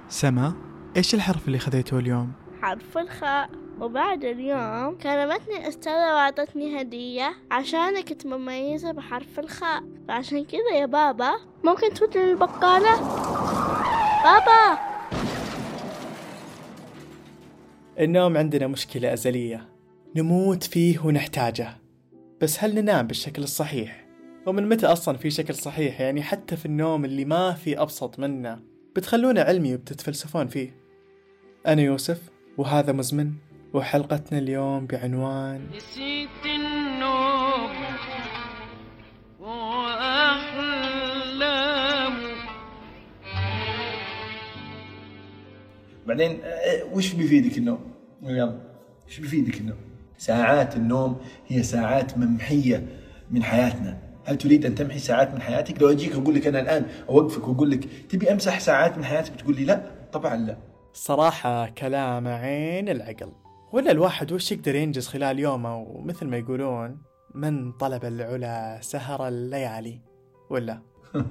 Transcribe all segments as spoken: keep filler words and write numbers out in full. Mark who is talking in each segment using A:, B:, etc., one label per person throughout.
A: سما، إيش الحرف اللي خذيته اليوم؟
B: حرف الخاء. وبعد اليوم كلمتني الأستاذة وعطتني هدية عشان كنت مميزة بحرف الخاء، فعشان كذا يا بابا ممكن تفوت للبقالة؟ بابا،
A: النوم عندنا مشكلة أزلية نموت فيه ونحتاجه، بس هل ننام بالشكل الصحيح؟ ومن متى أصلا في شكل صحيح؟ يعني حتى في النوم اللي ما في أبسط منه بتخلونه علمي وبتتفلسفون فيه. أنا يوسف وهذا مزمن، وحلقتنا اليوم بعنوان
C: نسيت النوم وأحلام.
D: بعدين وش بيفيدك النوم؟ يلا وش بيفيدك النوم؟ ساعات النوم هي ساعات ممحية من حياتنا. هل تريد أن تمحي ساعات من حياتك؟ لو أجيك أقول لك أنا الآن أوقفك وأقول لك تبي أمسح ساعات من حياتك بتقول لي لا، طبعا لا.
A: صراحة كلام عين العقل. ولا الواحد وش يقدر ينجز خلال يومه؟ ومثل ما يقولون من طلب العلا سهر الليالي، ولا؟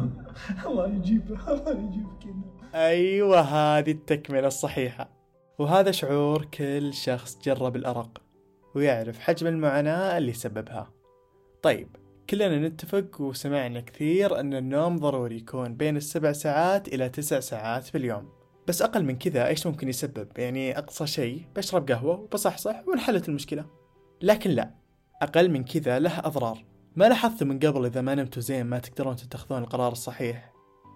D: الله يجيبه، الله يجيبك النوم.
A: أيوة، هذه التكملة الصحيحة. وهذا شعور كل شخص جرب الأرق ويعرف حجم المعاناة اللي سببها. طيب، كلنا نتفق وسمعنا كثير أن النوم ضروري يكون بين السبع ساعات إلى تسع ساعات باليوم، بس أقل من كذا إيش ممكن يسبب؟ يعني أقصى شيء بشرب قهوة وبصحصح وانحلت المشكلة. لكن لا، أقل من كذا له أضرار. ما لاحظتوا من قبل إذا ما نمتوا زين ما تقدرون تتخذون القرار الصحيح؟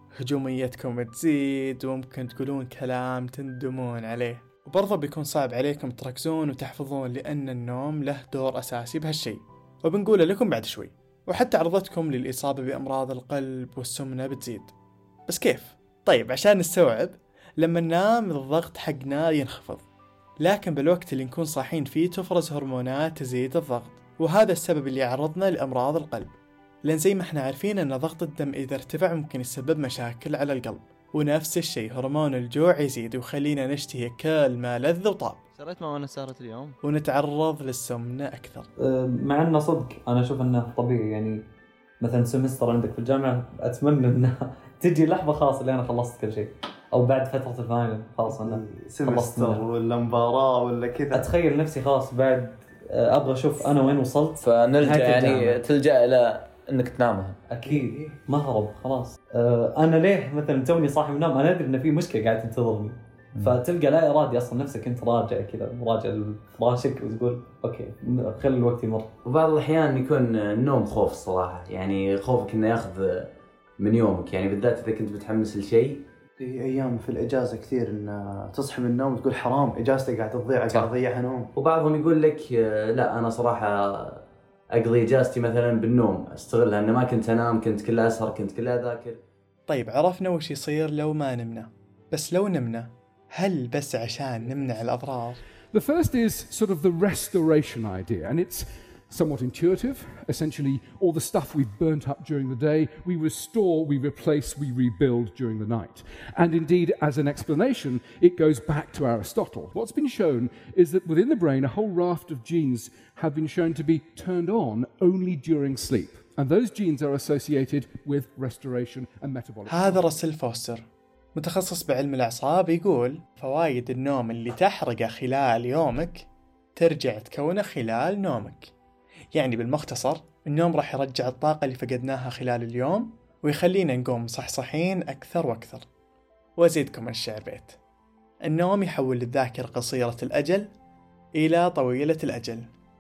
A: هجوميتكم تزيد وممكن تقولون كلام تندمون عليه، وبرضه بيكون صعب عليكم تركزون وتحفظون، لأن النوم له دور أساسي بهالشيء، وبنقوله لكم بعد شوي. وحتى عرضتكم للإصابة بأمراض القلب والسمنة بتزيد. بس كيف؟ طيب، عشان نستوعب، لما ننام الضغط حقنا ينخفض، لكن بالوقت اللي نكون صاحين فيه تفرز هرمونات تزيد الضغط، وهذا السبب اللي يعرضنا لأمراض القلب. لأن زي ما احنا عارفين أن ضغط الدم إذا ارتفع ممكن يسبب مشاكل على القلب، ونفس الشيء هرمون الجوع يزيد ويخلينا نشتهي كل ما لذ وطاب.
E: شريت ما وانا سهرت اليوم
A: ونتعرض للسمنة أكثر.
F: مع أنه صدق أنا أشوف أنه طبيعي. يعني مثلا سمستر عندك في الجامعة أتمنى أنه تجي لحظة خاصة اللي أنا خلصت كل شيء، أو بعد فترة الفاينل خلاص أنا
G: سمستر ولا مباراة ولا كذا.
F: أتخيل نفسي خلاص بعد أبغى أشوف أنا وين وصلت،
E: فنلجأ يعني تلجأ إلى انك تنامها.
F: اكيد ما هرب خلاص. أه انا ليه مثلا توني صاحي منام انا ادري ان في مشكله قاعده تنتظرني، فتلقى لا ارادي اصلا نفسك انت راجع كذا مراجع فراشك وتقول اوكي خلي الوقت يمر.
H: وبعض الاحيان يكون النوم خوف الصراحه، يعني خوفك انه ياخذ من يومك، يعني بالذات اذا كنت متحمس لشيء.
G: في ايام في الاجازه كثير ان تصحى من النوم وتقول حرام اجازتي قاعده تضيع، قاعد اضيعها نوم.
H: وبعضهم يقول لك لا انا صراحه أقضي إجازتي مثلاً بالنوم، أستغلها أن ما كنت أنام، كنت كلها أسهر، كنت كلها أذاكر.
A: طيب، عرفنا وش يصير لو ما نمنا، بس لو نمنا هل بس عشان نمنع الأضرار؟
I: The first is sort of the restoration idea, and it's somewhat intuitive. Essentially, all the stuff we've burnt up during the day, we restore, we replace, we rebuild during the night. And indeed, as an explanation, it goes back to Aristotle. What's been shown is that within the brain, a whole raft of genes have been shown to be turned on only during sleep. And those genes are associated with restoration and metabolic.
A: هذا راسل فوستر متخصص بعلم الأعصاب يقول فوائد النوم اللي تحرقه خلال يومك ترجع تكونه خلال نومك. يعني بالمختصر النوم راح يرجع الطاقة اللي فقدناها خلال اليوم ويخلينا نقوم صحصحين أكثر وأكثر. وأزيدكم من الشعر بيت: النوم يحول الذاكرة قصيرة الأجل إلى طويلة الأجل.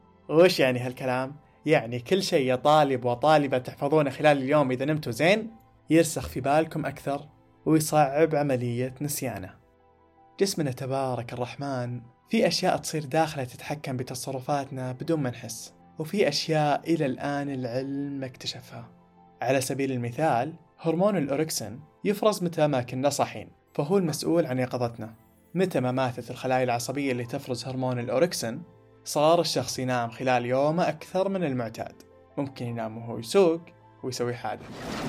A: وش يعني هالكلام؟ يعني كل شيء يا طالب وطالبة تحفظونه خلال اليوم إذا نمتوا زين يرسخ في بالكم أكثر ويصعب عملية نسيانه. جسمنا تبارك الرحمن في أشياء تصير داخله تتحكم بتصرفاتنا بدون ما نحس، وفي أشياء إلى الآن العلم ما اكتشفها. على سبيل المثال هرمون الأوركسين يفرز متى ما كنا صاحين، فهو المسؤول عن يقظتنا. متى ما ماتت الخلايا العصبية اللي تفرز هرمون الأوركسين صار الشخص ينام خلال يومه أكثر من المعتاد. ممكن ينام وهو يسوق ويسوي حادث،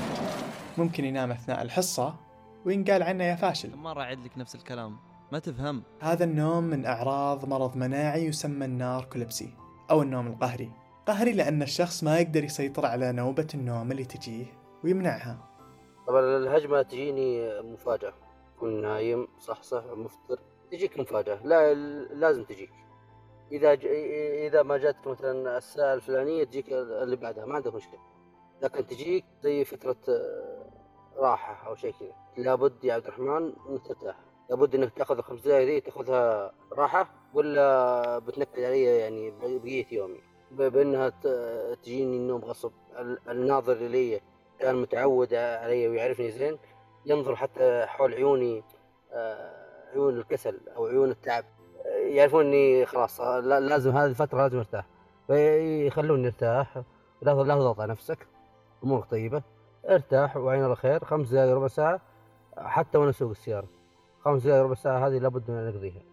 A: ممكن ينام أثناء الحصة وينقال عنه يا فاشل.
E: ما راح أعيد لك نفس الكلام، ما تفهم.
A: هذا النوم من أعراض مرض مناعي يسمى الناركوليبسي أو النوم القهري. قهري لأن الشخص ما يقدر يسيطر على نوبة النوم اللي تجيه ويمنعها.
J: طبعا الهجمة تجيني مفاجأة، تكون نايم صح صح مفطر تجيك مفاجأة، لا لازم تجيك. إذا ج... إذا ما جاتك مثلا الساعة الفلانية تجيك اللي بعدها ما عندك مشكلة، لكن تجيك زي فترة راحة أو شيء كذا. لابد يا عبد الرحمن إنك ترتاح، لابد إنك تأخذ الخمس دقايق ذي تأخذها راحة، ولا بتنكد علي يعني بقية يومي بأنها تجيني النوم غصب. الناظر إلي كان متعود علي ويعرفني زين، ينظر حتى حول عيوني عيون الكسل أو عيون التعب، يعرفون إني خلاص لازم هذه الفترة لازم أرتاح، فيخلوني أرتاح. لا لا تضغط على نفسك، أمورك طيبة، ارتاح وعين الله خير. خمس دقائق ربع ساعة حتى وأنا أسوق السيارة، خمس دقائق ربع ساعة هذه لابد من أن أقضيها.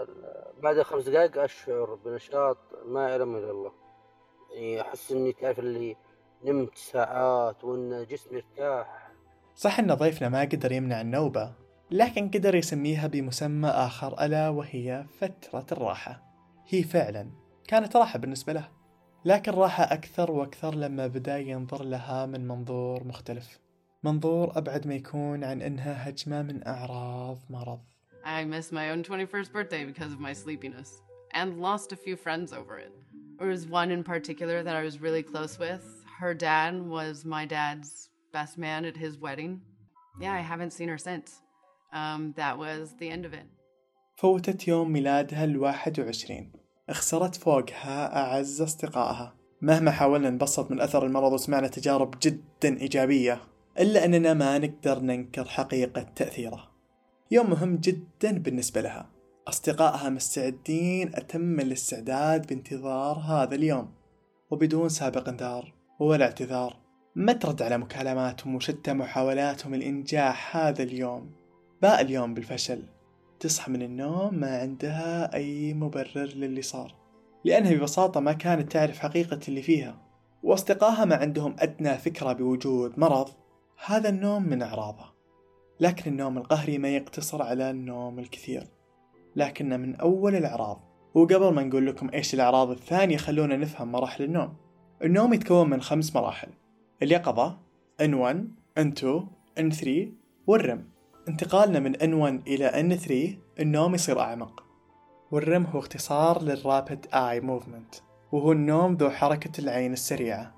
J: بعد خمس دقائق أشعر بنشاط ما يعلم إلا الله، يعني أحس إني تعرف اللي نمت ساعات وإن جسمي ارتاح.
A: صح إن ضيفنا ما قدر يمنع النوبة، لكن قدر يسميها بمسمى آخر ألا وهي فترة الراحة. هي فعلا كانت راحة بالنسبة له، لكن راحة أكثر وأكثر لما بدأ ينظر لها من منظور مختلف، منظور أبعد ما يكون عن إنها هجمة من أعراض مرض.
K: I missed my own twenty-first birthday because of my sleepiness and lost a few friends over it. There was one in particular that I was really close with. Her dad was my dad's best man at his wedding. Yeah, I haven't seen her since. Um, that was the end of it.
A: فوتت يوم ميلادها الواحد وعشرين، خسرت فوقها أعز أصدقائها. مهما حاولنا نبسط من أثر المرض وسمعنا تجارب جدا إيجابية، إلا أننا ما نقدر ننكر حقيقة تأثيره. يوم مهم جدا بالنسبة لها، أصدقائها مستعدين أتم الاستعداد بانتظار هذا اليوم، وبدون سابق انذار ولا اعتذار ما ترد على مكالماتهم وشتى محاولاتهم الإنجاح هذا اليوم. باء اليوم بالفشل، تصحى من النوم ما عندها أي مبرر للي صار، لأنها ببساطة ما كانت تعرف حقيقة اللي فيها، وأصدقائها ما عندهم أدنى فكرة بوجود مرض هذا النوم من أعراضه. لكن النوم القهري ما يقتصر على النوم الكثير، لكنه من أول الأعراض. وقبل ما نقول لكم إيش الأعراض الثانية خلونا نفهم مراحل النوم. النوم يتكون من خمس مراحل: اليقظة إن واحد إن اثنين إن ثلاثة والرم. انتقالنا من إن واحد إلى إن ثلاثة النوم يصير أعمق، والرم هو اختصار للرابid eye movement، وهو النوم ذو حركة العين السريعة.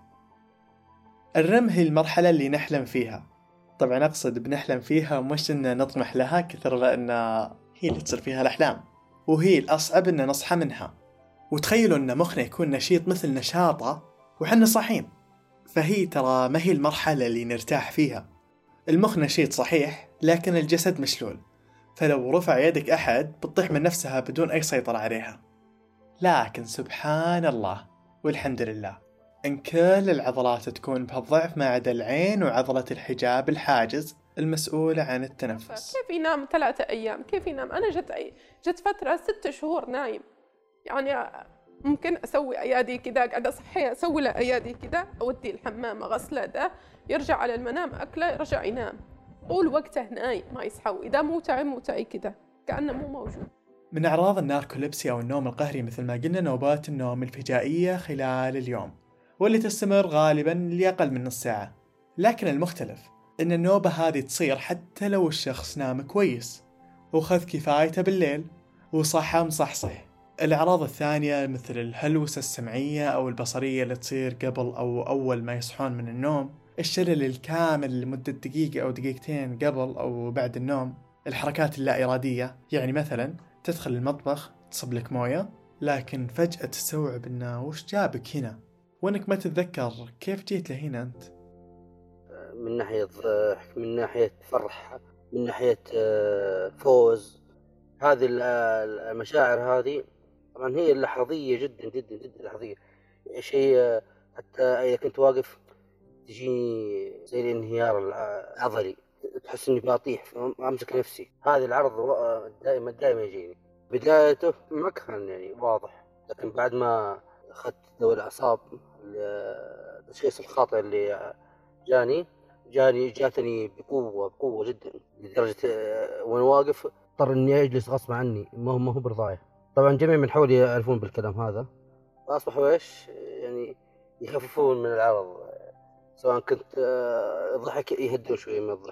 A: الرم هي المرحلة اللي نحلم فيها، طبعا أقصد بنحلم فيها مش إن نطمح لها كثر، لأن هي اللي تصير فيها الأحلام، وهي الأصعب إن نصحى منها. وتخيلوا إن مخنا يكون نشيط مثل نشاطه وحنا صاحين، فهي ترى ما هي المرحلة اللي نرتاح فيها. المخ نشيط صحيح، لكن الجسد مشلول، فلو رفع يدك أحد بتطيح من نفسها بدون أي سيطرة عليها. لكن سبحان الله والحمد لله إن كل العضلات تكون بهالضعف ما عدا العين وعضلة الحجاب الحاجز المسؤولة عن التنفس.
L: كيف ينام ثلاثة أيام؟ كيف ينام؟ أنا جت أي... جت فترة ست شهور نايم، يعني ممكن أسوي أيادي كذا، قاعدة أصحي أسوي له أيادي كذا، أودي الحمام أغسله، ده يرجع على المنام أكله يرجع ينام، طول وقته نايم ما يصحى، إذا مو تعب مو تعي كذا كأنه مو موجود.
A: من أعراض الناركوليبسي أو النوم القهري مثل ما قلنا نوبات النوم الفجائية خلال اليوم، واللي تستمر غالباً لأقل من نص ساعة. لكن المختلف إن النوبة هذه تصير حتى لو الشخص نام كويس وخذ كفايته بالليل وصحى مصحصح. الأعراض الثانية مثل الهلوسة السمعية أو البصرية اللي تصير قبل أو أول ما يصحون من النوم، الشلل الكامل لمدة دقيقة أو دقيقتين قبل أو بعد النوم، الحركات اللا إرادية، يعني مثلا تدخل المطبخ تصب لك موية لكن فجأة تستوعب إنه وش جابك هنا، وإنك ما تتذكر كيف جيت لهنا أنت.
J: من ناحية ضحك، من ناحية فرح، من ناحية فوز، هذه المشاعر هذه طبعا هي اللحظية جدا جدا جدا لحظية. شيء حتى إذا كنت واقف تجيني زي الانهيار العضلي، تحس إني بطيح أمسك نفسي. هذا العرض دائما دائما يجيني. بدايته ما كان يعني واضح، لكن بعد ما أخذت دواء الأعصاب التشخيص الخاطئ اللي جاني جاني جاتني بقوة بقوة جدا، لدرجة وأنا واقف اضطر إني أجلس غصب عني، ما هو ما هو برضاية. طبعا جميع من حولي يعرفون بالكلام هذا، فأصبحوا إيش يعني يخففون من العرض، سواء كنت ضحك يهدون شوي من الضحك،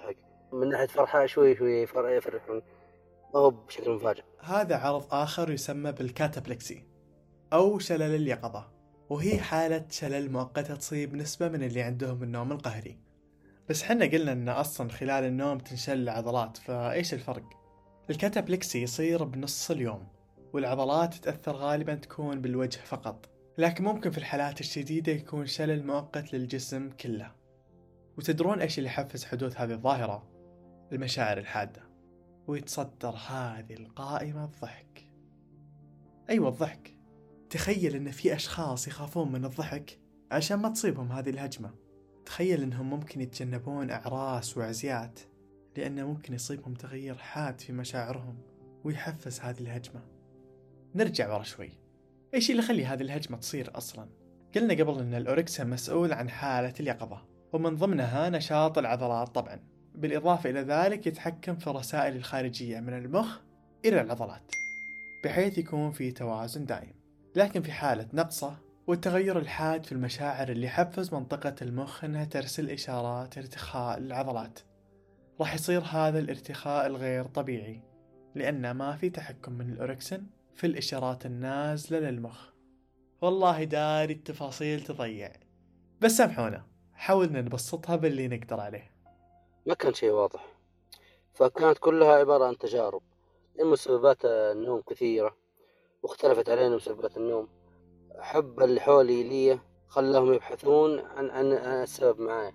J: من ناحية فرحة شوي شوي يفرحون، ما هو بشكل مفاجئ.
A: هذا عرض آخر يسمى بالكاتابلكسي أو شلل اليقظة، وهي حالة شلل مؤقتة تصيب نسبة من اللي عندهم النوم القهري. بس حنا قلنا أن أصلا خلال النوم تنشل العضلات، فإيش الفرق؟ الكاتابلكسي يصير بنص اليوم، والعضلات تتأثر غالبا تكون بالوجه فقط، لكن ممكن في الحالات الشديدة يكون شلل مؤقت للجسم كله. وتدرون إيش اللي يحفز حدوث هذه الظاهرة؟ المشاعر الحادة. ويتصدر هذه القائمة الضحك. أيوة الضحك. تخيل إن في أشخاص يخافون من الضحك عشان ما تصيبهم هذه الهجمة. تخيل إنهم ممكن يتجنبون أعراس وعزيات لأنه ممكن يصيبهم تغيير حاد في مشاعرهم ويحفز هذه الهجمة. نرجع ورا شوي، إيش اللي يخلي هذه الهجمة تصير أصلا؟ قلنا قبل إن الأوركسا مسؤول عن حالة اليقظة، ومن ضمنها نشاط العضلات طبعا، بالإضافة إلى ذلك يتحكم في الرسائل الخارجية من المخ إلى العضلات بحيث يكون في توازن دائم. لكن في حالة نقصه والتغير الحاد في المشاعر اللي يحفز منطقة المخ أنها ترسل إشارات ارتخاء للعضلات، راح يصير هذا الارتخاء الغير طبيعي لأن ما في تحكم من الأوركسين في الإشارات النازلة للمخ. والله داري التفاصيل تضيع، بس سامحونا حاولنا نبسطها باللي نقدر عليه.
J: ما كان شيء واضح، فكانت كلها عبارة عن تجارب. مسببات النوم كثيرة واختلفت علينا مسببات النوم. حب اللي حولي لي خلاهم يبحثون عن عن السبب معايا.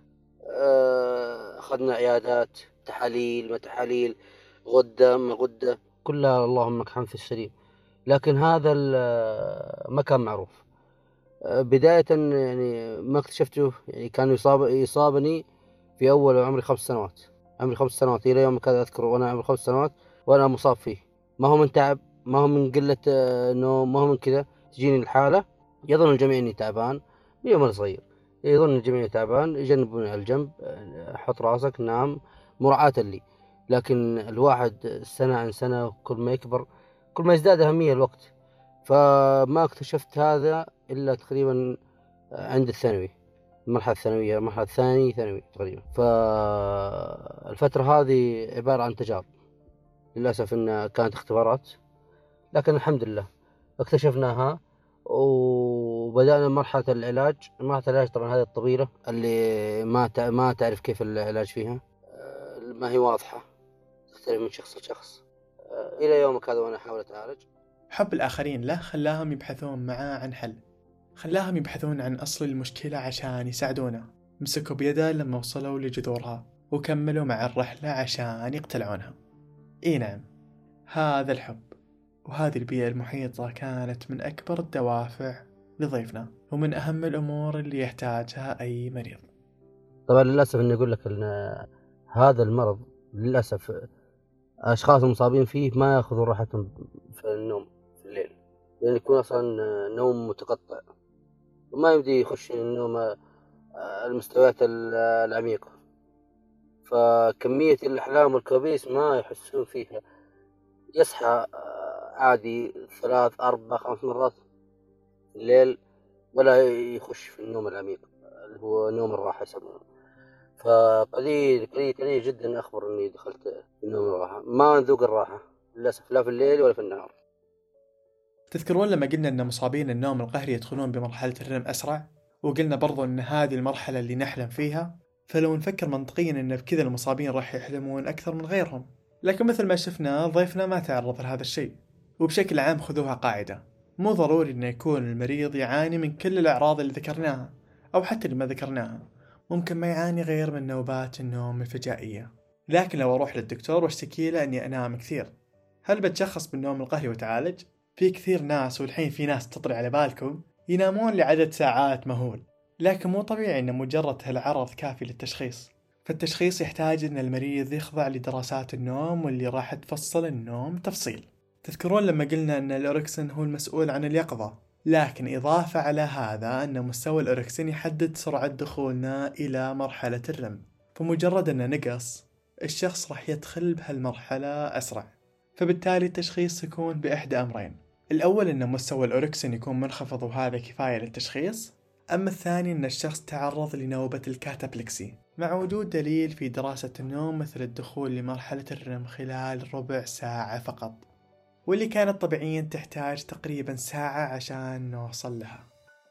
J: أخذنا عيادات، تحاليل ما تحاليل، غدة ما غدة، كلها اللهم لك حمد في السليم، لكن هذا ما كان معروف. بداية يعني ما اكتشفته، يعني كان يصاب يصابني في أول عمري خمس سنوات عمري خمس سنوات إلى يوم كذا أذكر وأنا عمري خمس سنوات وأنا مصاب فيه. ما هو من تعب، ما هو من قلة نوم، ما هو من كذا. تجيني الحالة يظن الجميع إني تعبان من يوم صغير، يظن الجميع تعبان، يجنبوني على الجنب، حط راسك نام مراعاة لي. لكن الواحد سنة عن سنة كل ما يكبر كل ما يزداد أهمية الوقت. فما اكتشفت هذا إلا تقريبا عند الثانوي، المرحلة الثانوية، المرحلة الثانية ثانوي تقريبا. فالفترة هذه عبارة عن تجارب، للأسف إنها كانت اختبارات، لكن الحمد لله اكتشفناها وبدأنا مرحلة العلاج. مرحلة العلاج طبعا هذه الطويلة اللي ما ما تعرف كيف العلاج فيها، ما هي واضحة، تختلف من شخص لشخص. إلى يومك هذا وأنا أحاول أتعالج.
A: حب الآخرين له خلاهم يبحثون معاه عن حل، خلاهم يبحثون عن أصل المشكلة عشان يساعدونه. مسكوا بيده لما وصلوا لجذورها وكملوا مع الرحلة عشان يقتلعونها. إيه نعم، هذا الحب وهذه البيئة المحيطة كانت من أكبر الدوافع لضيفنا ومن أهم الأمور اللي يحتاجها أي مريض.
J: طبعا للأسف إني أقول لك أن هذا المرض للأسف أشخاص المصابين فيه ما يأخذون راحتهم في النوم في الليل، لأن يكون أصلا نوم متقطع وما يبدي يخش النوم المستويات العميقة، فكمية الأحلام والكوابيس ما يحسون فيها. يصحى عادي ثلاث أربع خمس مرات في الليل ولا يخش في النوم العميق اللي هو نوم الراحة يسمونه. فقليل قليل قليل جدا أخبر إني دخلت في نوم الراحة، ما نذوق الراحة للأسف لا في الليل ولا في النهار.
A: تذكرون لما قلنا أن مصابين النوم القهري يدخلون بمرحلة الرم أسرع، وقلنا برضو أن هذه المرحلة اللي نحلم فيها، فلو نفكر منطقيا أن بكذا المصابين راح يحلمون أكثر من غيرهم. لكن مثل ما شفنا ضيفنا ما تعرض لهذا الشيء. وبشكل عام خذوها قاعدة، مو ضروري أن يكون المريض يعاني من كل الأعراض اللي ذكرناها أو حتى اللي ما ذكرناها، ممكن ما يعاني غير من نوبات النوم الفجائية. لكن لو أروح للدكتور واشتكي له أني أنام كثير، هل بتشخص بالنوم القهري وتعالج؟ في كثير ناس، والحين في ناس تطلع على بالكم، ينامون لعدد ساعات مهول، لكن مو طبيعي أن مجرد هالعرض كافي للتشخيص. فالتشخيص يحتاج أن المريض يخضع لدراسات النوم واللي راح تفصل النوم تفصيل. تذكرون لما قلنا أن الأوركسين هو المسؤول عن اليقظة، لكن إضافة على هذا أن مستوى الأوركسين يحدد سرعة دخولنا إلى مرحلة الرم. فمجرد أنه نقص، الشخص راح يدخل بهالمرحلة أسرع. فبالتالي التشخيص يكون بإحدى أمرين، الأول أن مستوى الأوركسين يكون منخفض وهذا كفاية للتشخيص، أما الثاني أن الشخص تعرض لنوبة الكاتابلكسي مع وجود دليل في دراسة النوم مثل الدخول لمرحلة الرم خلال ربع ساعة فقط، واللي كانت طبيعيا تحتاج تقريبا ساعة عشان نوصل لها.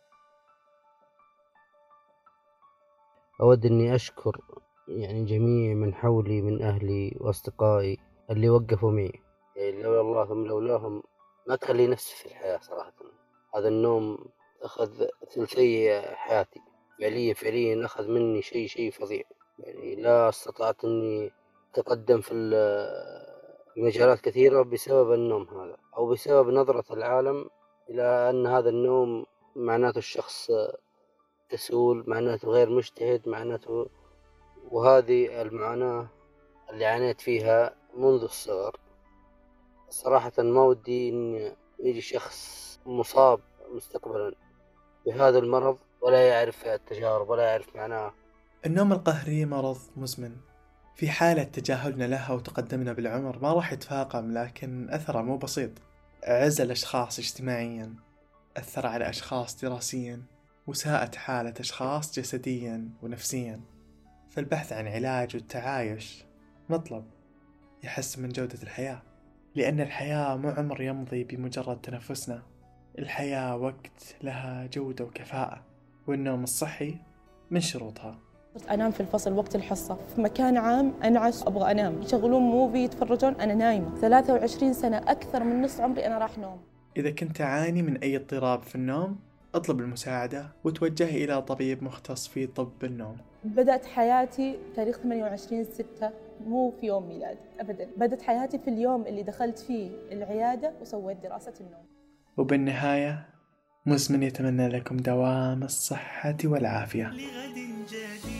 J: أود أني أشكر يعني جميع من حولي من أهلي وأصدقائي اللي وقفوا معي، يعني لولا الله ثم لولاهم ما كان لي نفس في الحياة صراحة. هذا النوم أخذ ثلثي حياتي فعليا فعليا، أخذ مني شيء شيء فظيع، يعني لا استطعت أني أتقدم في مجالات كثيرة بسبب النوم هذا، أو بسبب نظرة العالم إلى أن هذا النوم معناته الشخص كسول، معناته غير مجتهد، معناته. وهذه المعاناة اللي عانيت فيها منذ الصغر. صراحة ما ودي إن يجي شخص مصاب مستقبلا بهذا المرض ولا يعرف التجارب ولا يعرف معناه.
A: النوم القهري مرض مزمن، في حالة تجاهلنا لها وتقدمنا بالعمر ما راح يتفاقم، لكن أثره مو بسيط. عزل أشخاص اجتماعيا، أثر على أشخاص دراسيا، وساءت حالة أشخاص جسديا ونفسيا. فالبحث عن علاج والتعايش مطلب يحسن من جودة الحياة، لأن الحياة مو عمر يمضي بمجرد تنفسنا. الحياة وقت لها جودة وكفاءة، والنوم الصحي من شروطها.
M: أنام في الفصل وقت الحصة، في مكان عام أنعس أبغى أنام، يشغلون موفي يتفرجون أنا نايمة. ثلاثة وعشرين سنة أكثر من نصف عمري أنا راح نوم.
A: إذا كنت تعاني من أي اضطراب في النوم اطلب المساعدة وتوجه إلى طبيب مختص في طب النوم.
M: بدأت حياتي تاريخ ثمانية وعشرين ستة، مو في يوم ميلادي أبدا. بدأت حياتي في اليوم اللي دخلت فيه العيادة وسويت دراسة النوم.
A: وبالنهاية مزمن يتمنى لكم دوام الصحة والعافية.
N: لغد جديد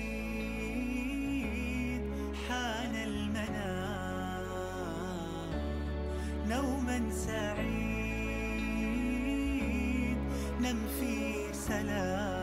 N: حان المنام، نوما سعيد نم في سلام.